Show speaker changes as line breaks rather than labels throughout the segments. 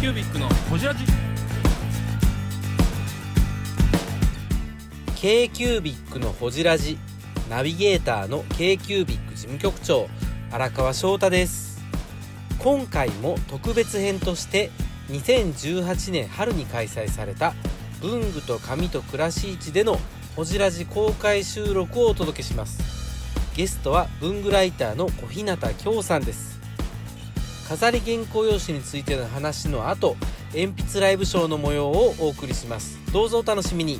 キュービックのホジラジ。
K-Cubic のほじラジ、ナビゲーターの K-Cubic 事務局長荒川翔太です。今回も特別編として2018年春に開催された文具と紙と暮らし市でのほじラジ公開収録をお届けします。ゲストは文具ライターの小日向京さんです。飾り原稿用紙についての話の後、鉛筆ライブショーの模様をお送りします。どうぞお楽しみに。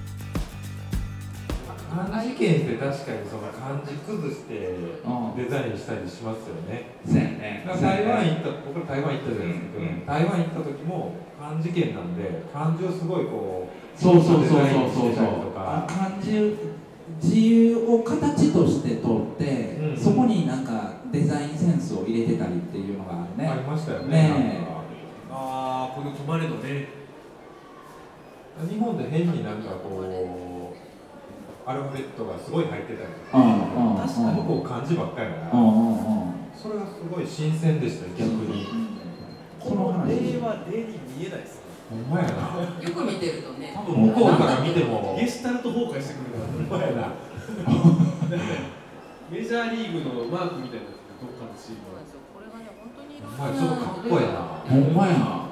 漢字検って確かにその漢字崩してデザインしたりしますよね。
そうやね。
台湾行った、僕台湾行ったじゃないですか、
うん
台湾行った時も漢字検なんで漢字をすごいこう
そう
デザインしてたりとか、
漢字を形として取って、
うん、
そこになんかデザインセンスを入れてたりっていうのがあるね。
ありましたよね。
ね
ああ、この止まれのね。
日本で変になんかこうアルファベットがすごい入ってたりとか、
確
かにこう漢字ばっかりだな、それがすごい新鮮でしたね、逆に。
この話
例は例に見えないですね。
ほんまやな。
よく見てるとね、
多分向こうから見ても
ゲシュタルト崩壊してくるから。
ほんまやな。
メジャーリーグのマークみたいなやつでどっかのチームは。
これがね、本当にいろん
まあ
な
ちょっとかっこいいな。
ほんまやな。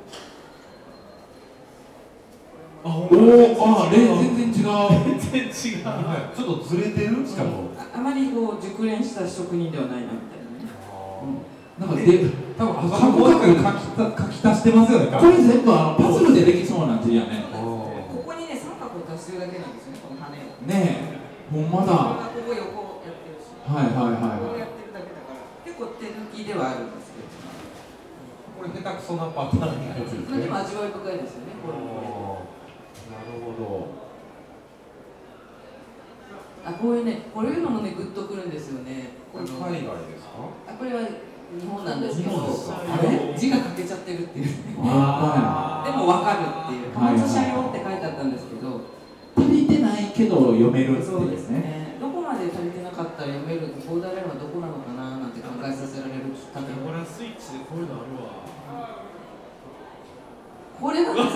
あ、
全然違う。
全然違う。
ちょっとずれてる、しかも。
あまりこう熟練した職人ではないなみたいなね。
なんかで、
多分あそこだけ書き足してますよね。
これ全部パズルでできそうな字やね。
ここにね、三角を足してるだけなんですよね、この羽を。
ねえ、ほんま
これ
だ。
がここ横やってるし、
はいはい
こ
はい
うやってるだけだから、結構手抜きではあるんですけど、
これ下手くそなパターンのやつですね。
でも味わい深いですよね、これも。
なるほど。
あ、こういうのもね、グッとくるんですよね。
これ海外ですか？
これは日本なんですけど、
日本ですか？
あれ字が書けちゃってるっていうね。でも
あ
分かるっていう。貨物車両って書いてあったんですけど、
足りてないけど読めるって
そうです
いうね。
ね。どこまで足りてなかったら読めるボーダーラインはどこなのかななんて考えさせられるきっかけ。
ほらスイッチでこういうのあるわ。
これなんですよ。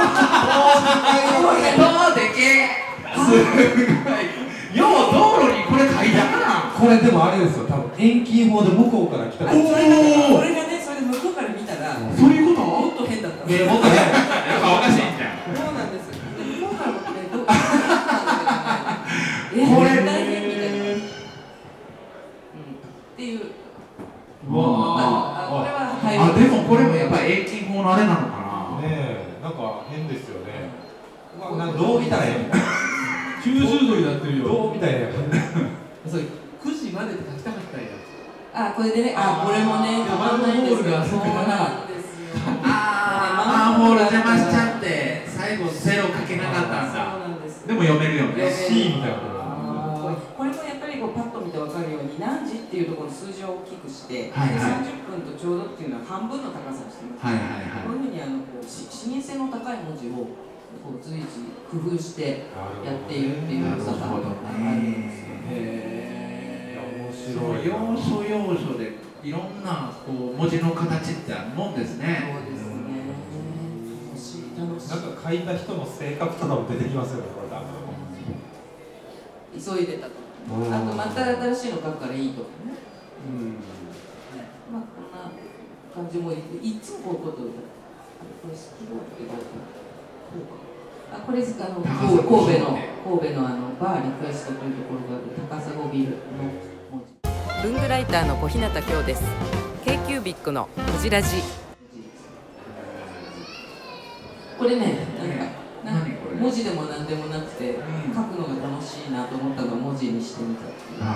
これどうでけすごい。よう道路にこれ書いたかな。
これでもあれですよ。多分遠近法で向こうから来た。
これがね、それで向こうから見たら、
そういうこと？
もっと変だった。
もっとね、なんか
おかしいんじゃん。
そうなんです。向こうから見てどうなんだけど、これ大変みたいな。っていう。
うわ
これは
あ、でもこれもやっぱり遠近法のあれなのかな。
ねえ、なんか変ですよね。どう見たらええの
90度になってるよ。
どう見たらええの
それ9時までって書きたかったんや。
あ、これでね、これもね、たまんないんですよ。そうなんですよ。
マンホール邪魔しちゃって最後ゼロ書けなかったんだ。
そうなんです。
でも読めるよね。
C みたいな。
これもやっぱりこうパッと見て分かるように何時っていうところの数字を大きくして、
はいはい
30分とちょうどっていうのは半分の高さにしてます、
はいはいはい。
こういうふうにこう視認性の高い文字をこう随時工夫してやっているっていう良さがあるんですよね。
面白い。
要所要所でいろんなこう文字の形ってあるもんですね。
そうですね。楽しい。
なんか書いた人の性格とかも出てきますよね、これ多分。
急いでたとか、あとまた新しいの書くからいいとかね。まあこんな感じもいつもこういうことをこれスキローって言われたこうか。これ神戸のバーリクエストというところがある高砂ビルの文字。文具ライターの小日向京です。K-Cubicのこじらじ。これね、なんか文字でも何でもなくて、書くのが楽しいなと思ったのが文字にしてみたっていう。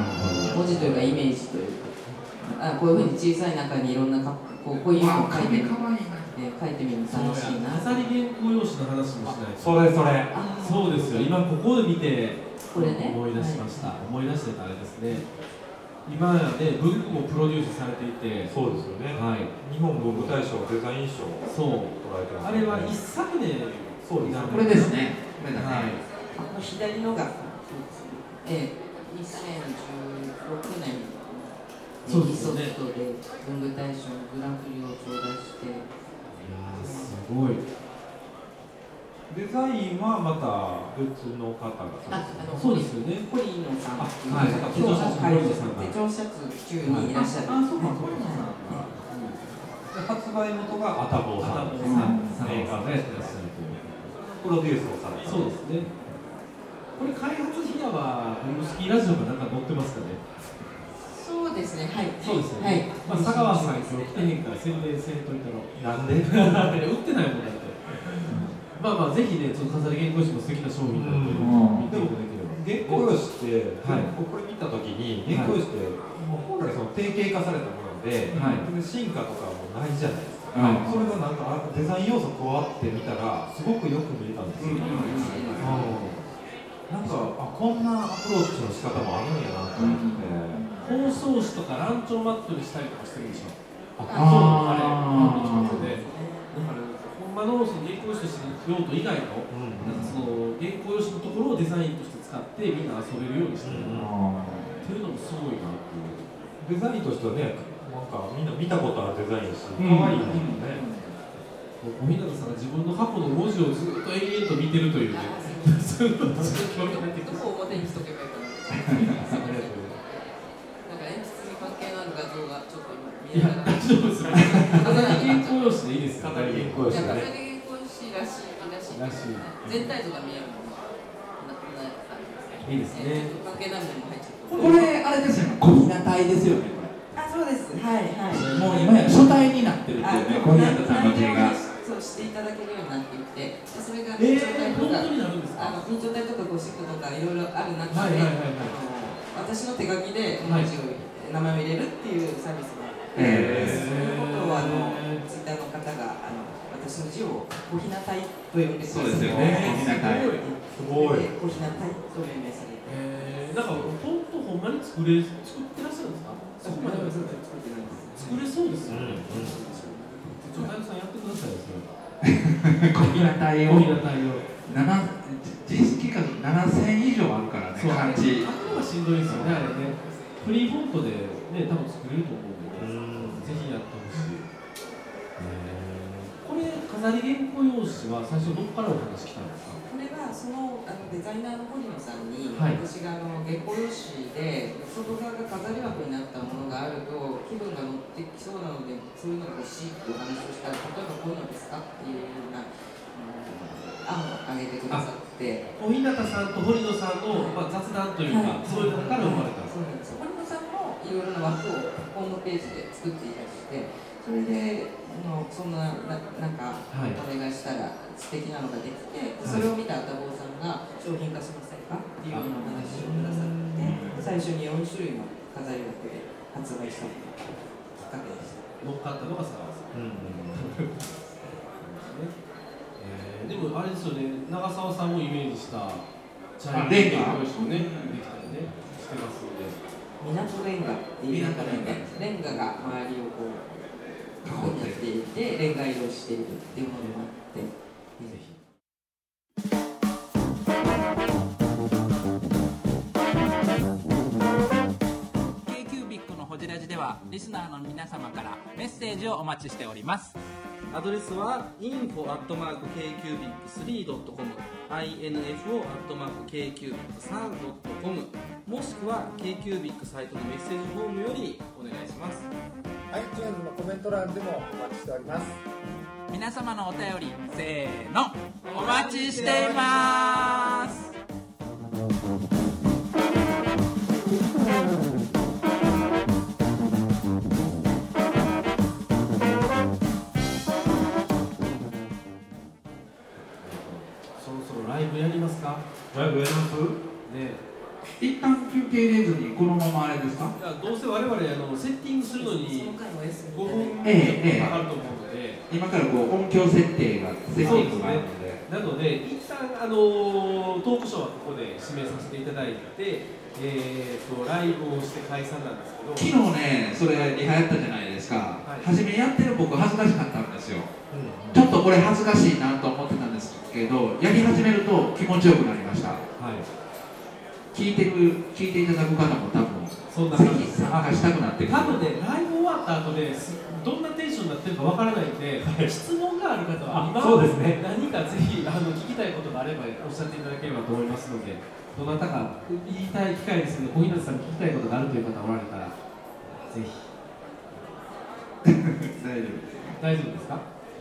文字というかイメージというか、こういうふうに小さい中にいろんなこういうのを書いてみる。書いてみるの楽しいな。
飾り原稿用紙の話もしない。
それ。
そうですよ。今ここで見て
これね
思い出しました。思い出してたあれですね。今ね、文具もプロデュースされていて、
そうですよね。
はい。
日本文具大賞デザイン賞を
そう
捉えてます。
あれは一昨年。
そうです。
これですね。これだね。
はい。
左のが2016年
そうですね。
ソフトで文具大賞のグランプリを頂戴して、
すごい。
デザインはまた別の方が
そうですよね。
堀野さんっていう
はい
方が今日の会
堀野さんが
手帳シャツ中にいらっしゃる。
あ、そうか、堀野さんが。発売元がアタボーさんですね。メーカーがやってらっしゃるという。プロデュースをされて。
そうですね。これ開発費用はブルースキーラジオがなんか載ってますかね。
そうですね、はい。
そうですよ
はい
ね。まあ佐川さん今日来てへんから宣伝せんといたろ。
なんで？
売ってないもんだって。まあまあぜひね、ちょっと飾り原稿紙も素敵な商品なので見ていただければ。
原稿用紙って、
はい
これ見たときに原稿用紙って本来その定型化されたもので、
はい
進化とかもないじゃないですか。
はい
それがなんかデザイン要素加わってみたらすごくよく見えたんですよ。なんかこんなアプローチの仕方もあるんやなと思って。
包装紙とかランチョンマットにしたりとかしてるんでしょ。
あ
そうですね。だからほんまのその原稿用紙として用途以外のなんかその原稿用紙のところをデザインとして使ってみんな遊べるようにしてるっていうのもすごいなっていう。
デザインとしてはね、なんかみんな見たことあるデザインだし、可愛いですよね。
小日向さんが自分の過去の文字をずっと延々と見てるというね。そういうのがすごい興味が出てきて。
どこを表にしとけばいいかな。なんか鉛筆に関係のある画像がちょっと今見
いや、
えながら。
大丈夫ですよ。飾り原稿用紙でいいですか。
飾り原稿用
いや、
紙
飾
ね。
り原稿紙らしい
らしい
全体像が見えるもの。
いいですね。
関係ないものも入っちゃう。
これあれですよね、小日向体ですよね、これ。
あ、そうです。はいはい。
もう今や書体になってるっていうね、小日向さんの手が。
そうしていただけるようになっていて、それが
本
明朝体とか、
当になるんですか。
明朝体とかゴシックとかいろいろある中で、
はいはいはいはい
私の手書きで文字を、名前を入れるっていうサービスがあって、そういうことをツイッターの方が私の字を小日向体と呼んでくださって、
そうですよね、小日向体。
すごい。
小日向体と命名されて、
なんか本当ほんまに作ってらっしゃるんですか。そこまでは作ってないです。作れそうですよね。ちょっと大工さんやってくださいよそれ。
小日向体を
小日向体を。
実機数7000以上あるからね、漢字。
あれはしんどいですよね、あれね。フリーフォントでね、多分作れると思うんで、ぜひやってほしい。これ飾り原稿用紙は最初どこからお話来たんですか。
これはそのデザイナーの堀野さんに、
はい
私が原稿用紙で外側が飾り枠になったものがあると気分が乗ってきそうなのでそういうのが欲しいっていう話をしたら、例えばこういうのですかっていうような案を挙げてくださって、
小日向さんと堀野さんの、雑談というか、そういうのから生まれたんです。
そうなんです。堀野さんもいろいろな枠をホームページで作っていらして、それでそんななんかお願いしたら素敵なのができて、それを見たアタボーさんが商品化しませんかっていうようなお話をくださって、最初に4種類の飾り枠で発売したのがきっかけでした。
乗っかったのが佐川さん。でもあれですよね、長澤さんをイメージした
レンガ
用紙もね、できたりね、してますので。
港レンガっていう中でね、レンガが周りをこう囲っていて、レンガ色をしているっていうものがあって、ぜひ。
K-Cubic のホジラジではリスナーの皆様からメッセージをお待ちしております。
アドレスは info@kcubic3.com info@kcubic3.com もしくは K-Cubic サイトのメッセージフォームよりお願いします。
iTunes のコメント欄でもお待ちしております。
皆様のお便りせーのお待ちしています。
そろそろライブやりますか。
ライブやります？
ね。
一旦休憩入れずにこのままあれですか。
いやどうせ我々セッティングするのに
その回お休み
5分かかると思うので、
今からこう音響設定がセッティングがあるので、
なので一旦トークショーはここで指名させていただいて、ライブをして解散なんですけど、
昨日ねそれリハやったじゃないですか、
はい、
初めやってる僕恥ずかしかったんですよ、ちょっとこれ恥ずかしいなと思ってたんですけど、やり始めると気持ちよくなりました、聞いていただく方も多分
そんな
ぜ
感じです。
ひ参加したくなってくる。
多分ね、ライブ終わった後でどんなテンションになってるかわからないんで、質問がある方は今
そうですね。
何かぜひ聞きたいことがあればおっしゃっていただければと思いますので、どなたか言いたい機会ですけど、小日向さんに聞きたいことがあるという方おられたら、ぜひ。
大丈夫です。
大丈夫ですか？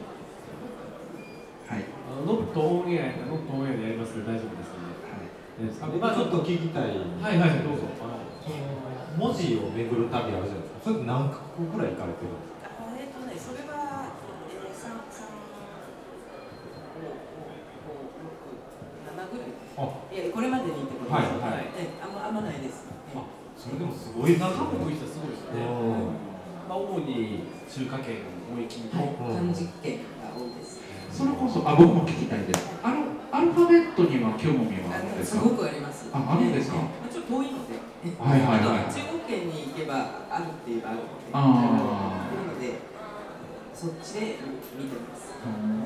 はい。
ノットオンエアやったらノットオンエアでやりますけど大丈夫ですので。
まあちょっと聞きたい。
はいはい、どうぞ。
文字を巡る旅あるじゃないですか。それって何カ国ぐらい行かれてるんですか？
それは、7ぐらい。いや、これまでにってことです。はい。あんまないです。
それでもすごいな。
韓国行ったらすごいですね。主に中華圏貿易と
漢字圏が多いです。
それこそ、僕も聞きたいです。アルファベットには興味はあるんですか？
すごくあります。
あるんですか？
ちょっと遠いので。
はいはいはい。
中国圏に行けばあるって言えばあるので、そっちで見てます。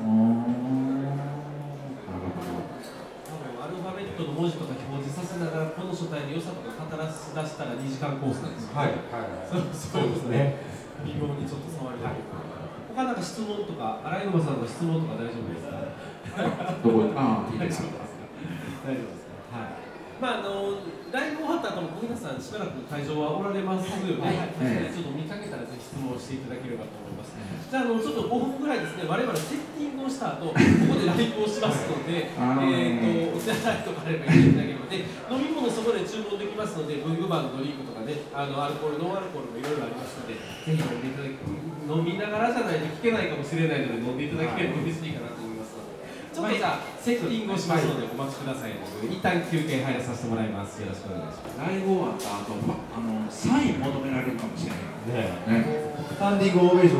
アルファベットの文字とか表示させながらこの書体の良さとか語らせ出したら2時間コースなんですよ。
はい
そうですね。微妙にちょっと触りたい。他なんか質問とか、荒井沼さんの質問とか大丈夫ですか？
どこ？いいですか？
大丈夫ですか？はい。まあライブ終わった後も小日向さんしばらく会場はおられますよね。ちょっと見かけたらぜひ質問していただければと思います。じゃあちょっと5分ぐらいですね。我々セッティングをした後、ここでライブをしますので、お手洗いとかあれば入れていただければで、飲み物そこで注文できますので、ブーグバーのドリンクとかね、アルコール、ノンアルコールもいろいろありますので、ぜひ飲んでいただき、飲みながらじゃないと聞けないかもしれないので、飲んでいただければ嬉しいかなと思いますので、ちょっとじゃあセッティングをしますのでお待ちください。一旦休憩入らさせてもらいます。よろしくお願いします。
ライブ終わった後、サイン求められるかもしれない。ね。
スタンディングオベーション。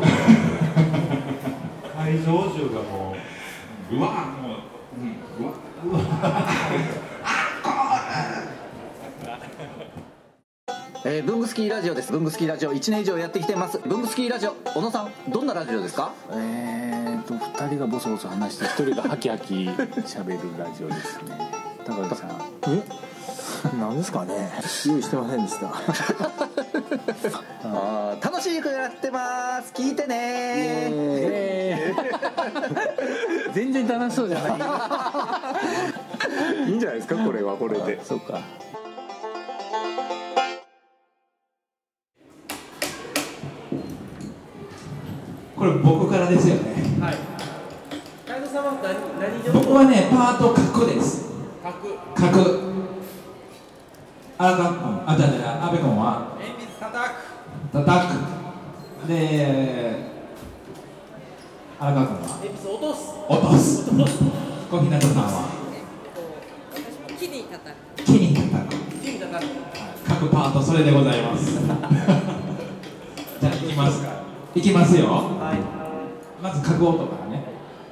会場中がもう、
うわ。
ブングスキーラジオです。ブングスキーラジオ1年以上やってきてます。ブングスキーラジオ、小野さん、どんなラジオですか
2人がボソボソ話して1人がハキハキ喋るラジオですね。高木さん、
なんですかね、用意してませんでした
楽しくやってます。聞いてね
全然楽しそうじゃない
いいんじゃないですか、これはこれで。
そうか。
これ僕からですよね。
はい。斉藤さんは何で
僕はね、パート書くです。書く。荒川君、阿部君は
鉛筆叩
く。で、荒川君は
鉛筆落とす。
小日向さんは
私も木に叩く。
木に叩く。各パートそれでございますじゃあいきますよ。まず書く音からね。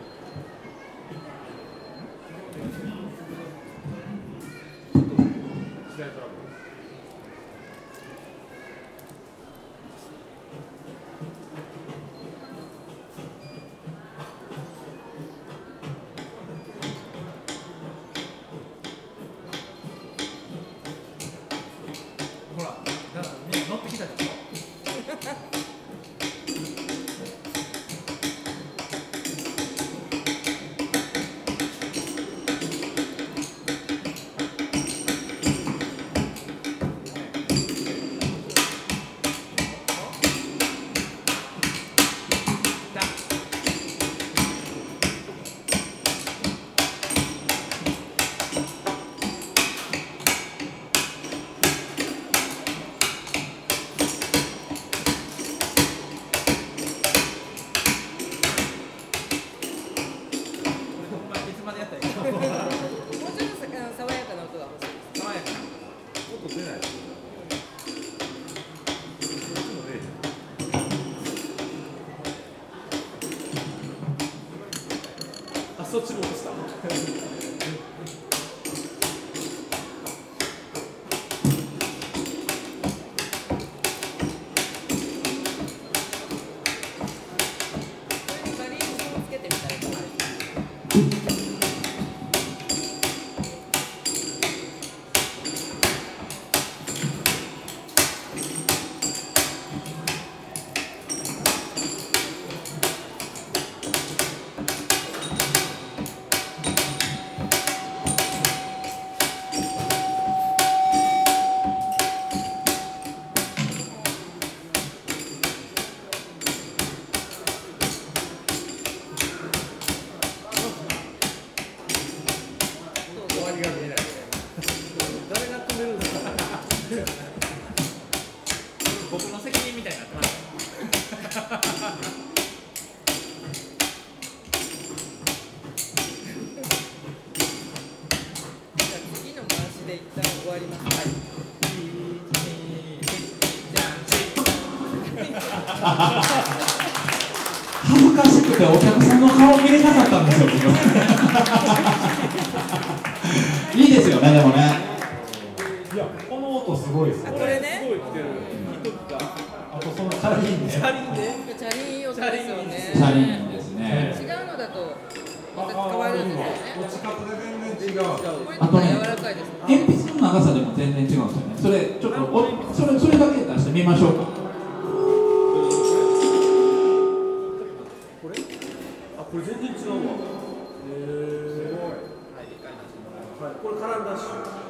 そっちも落とした。
次の回しで一旦終わります。
恥ずかしくてお客さんの顔見れなかったんですよ、僕。いいですよね、でもね。
いや、この音すごいですね。
これね。
すごい来てる。
あとそのチャリンね。
チャリンね。
チャリンいい音ですよね。
チャリンですね。
違うのだとまた変わるんですよね。
持ち方で全然違う。
あとね、
柔らかいです。
鉛筆の長さでも全然違うんですよね。それちょっとそれだけ出してみましょうか。
これ全然違うわ。すごい。はい、これカランダッシュ。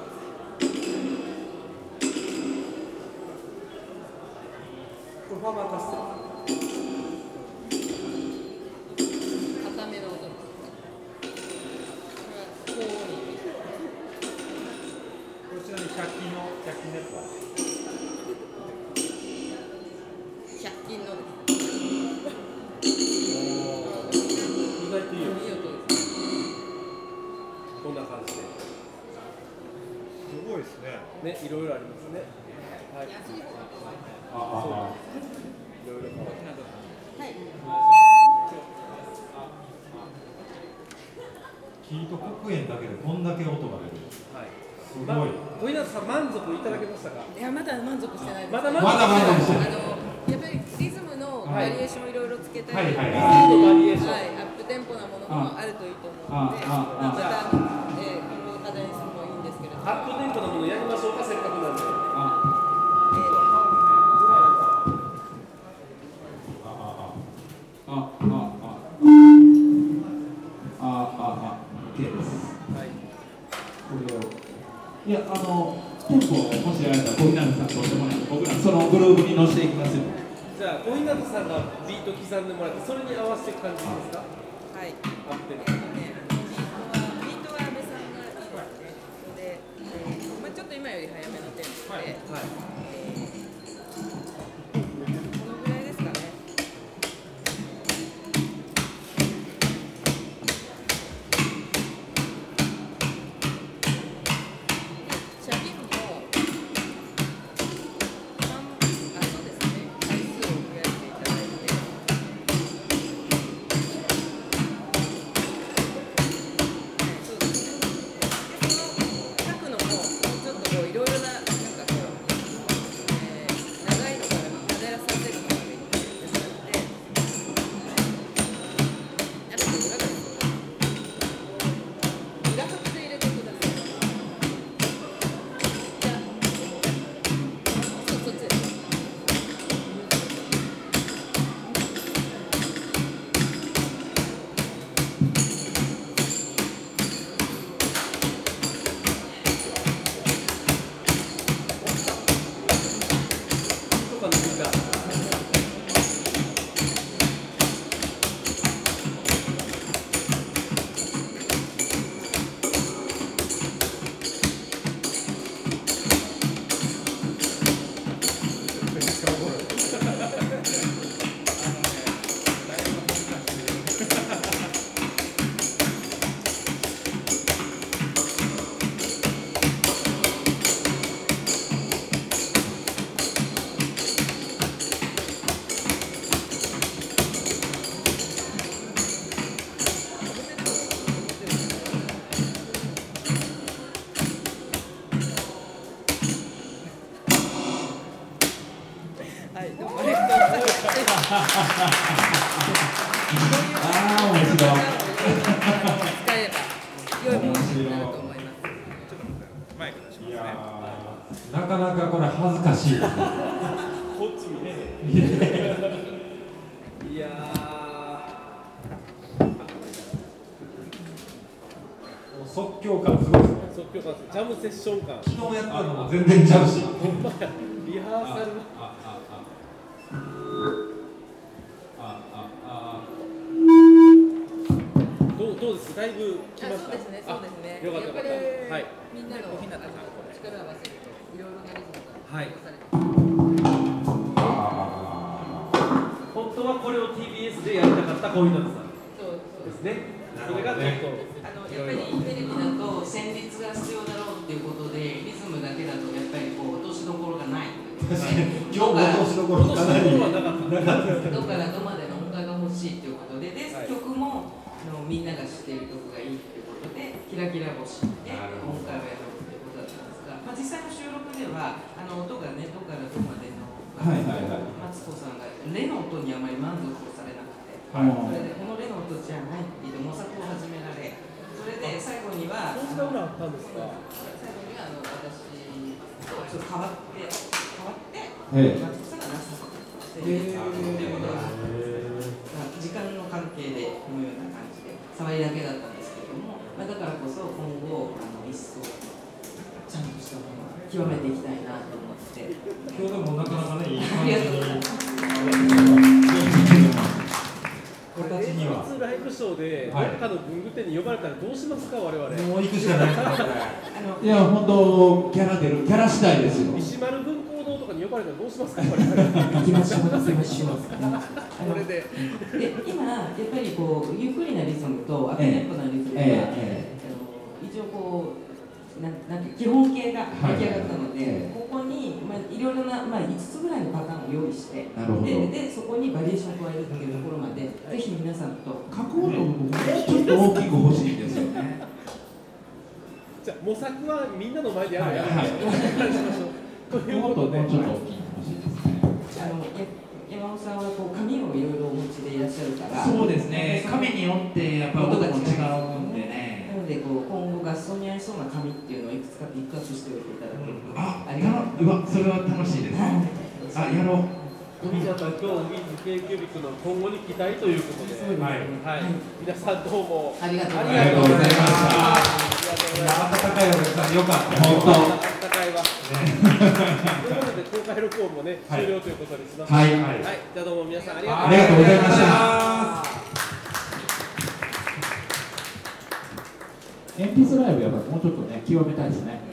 これファーマーカステラ。
固めの音。これはこうに。
こちらに100均のやつは。
100均のです。
意外といいよ。
いい音です。
こんな感じで。
すごいですね。
ね、いろいろありますね。はい。いろいろ変わる。
はい。
木と黒煙だけでこんだけ音が出る。
はい。
すごい。
小稲さん満足いただけましたか。
いやまだ満足してないです。
まだ満足してない。
やっぱりリズムのバリエーションをいろいろつけたい。
リズムのバリエーション。
はい、アップテンポなものもあるといいと思うので、また今後課題にするのもいいんですけれども。
アップテンポなものやりましょうか、せっかくなんで。
OK です。はい。これを。いや、テンポもしやられたら小稲さんとってもらって僕らそのグループに乗せていきますよ。
じゃあ小稲さんがビート刻んでもらってそれに合わせていく感じですか。
はい。
アップテンポ。
ビートは安部さんがいいですね。で、まあちょっと今より早めのテンポで、はい。このぐらいですかね。
なかなかこれ恥ずかしい。
こっち見れねいや
即興感すごいですね。
即興感、ジャムセッション感。
昨日やったのも全然ちゃうし。
ほんまや、リハーサル。どうです。だいぶ来ました。
そうですね、そうですね。
よかったよかった。はい。
みんなの力を合わせるといろいろなリズムが
はい。ホットワックれを TBS でやりたかった小日向さんですね。それがちょっと
やっぱりテレビだと旋律が必要だろうっていうことでリズムだけだとやっぱりこう落としどころがない。
確かに今日も落としどころかなり
どからどまでの音楽が欲しいっていうことで、曲もみんなが知っている曲がいいっていうことでキラキラ星で音階をやろうっていうことだったんですが、実際の収録では音がねどからどまでのマツコさんがレの音にあまり満足をされなくて、それでこのレの音じゃないって言って模索を始められ、それで最後には
そんな裏あったんですか。
最後には私とちょっと変わってマツコさんがなさっていうことが時間の関係でこのような感じで触りだけだったんですけれども、だからこそ今後一層ちゃんとしたものを極めていきたいなと思って。
今日でもなかなかねいい
ありがとうございます。
形には
ライブショーでどっかの文具店に呼ばれたらどうしますか我々。
もう行くしかないですね。いや本当キャラ出るキャラ次第ですよ。
石丸文工堂とかに呼ばれたらどうしますか我々。
行きましょう行きましょう。
これで
今やっぱりこうゆっくりなリズムとアップテンポなリズムが一応こうなんか基本形が出来上がったので、ここにいろいろな5つぐらいのパターンを用意して、でそこにバリエーションを加えるっていうところまでぜひ皆さんと
加工度もちょっと大きく欲しいんですよね。
じゃあ模索はみんなの前でやるや
ということで、もうちょっと大きい欲しいですね。
山尾さんはこう紙をいろいろお持ちでいらっしゃるから、
そうですね。紙によってやっぱ音が違うんでね。
なのでこう今後合奏に合いそうな紙っていうのをいくつかピックアップしておいていただけると、ありがとう。
それは楽しいです。やろう。
じゃあ今日のKキュービックの今後に期待ということで、皆さんどうも
ありがとうご
ざいました。温かいお客さんよかった。本当。
温かいわ。ということで公開録音もね終了ということにします。はい。じゃあどうも皆さんありがとうございました。
鉛筆ライブやっぱりもうちょっとね極めたいですね。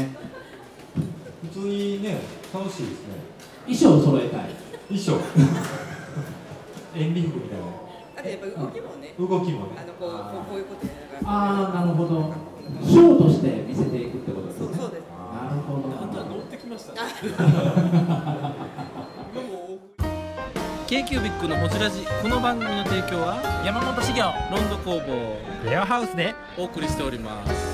普通にね楽しいですね。衣装を揃えたい。衣装。演技服みたいな。
あとやっぱ動きもね。
動きもね。
こういうことやりながら。
なるほど。ショーとして見せていくってことですね。
そうです。
なるほど。
あんた乗ってきましたね。
Kキュービックのホジラジ、この番組の提供は
山本修行
ロンド工房
レアハウスで
お送りしております。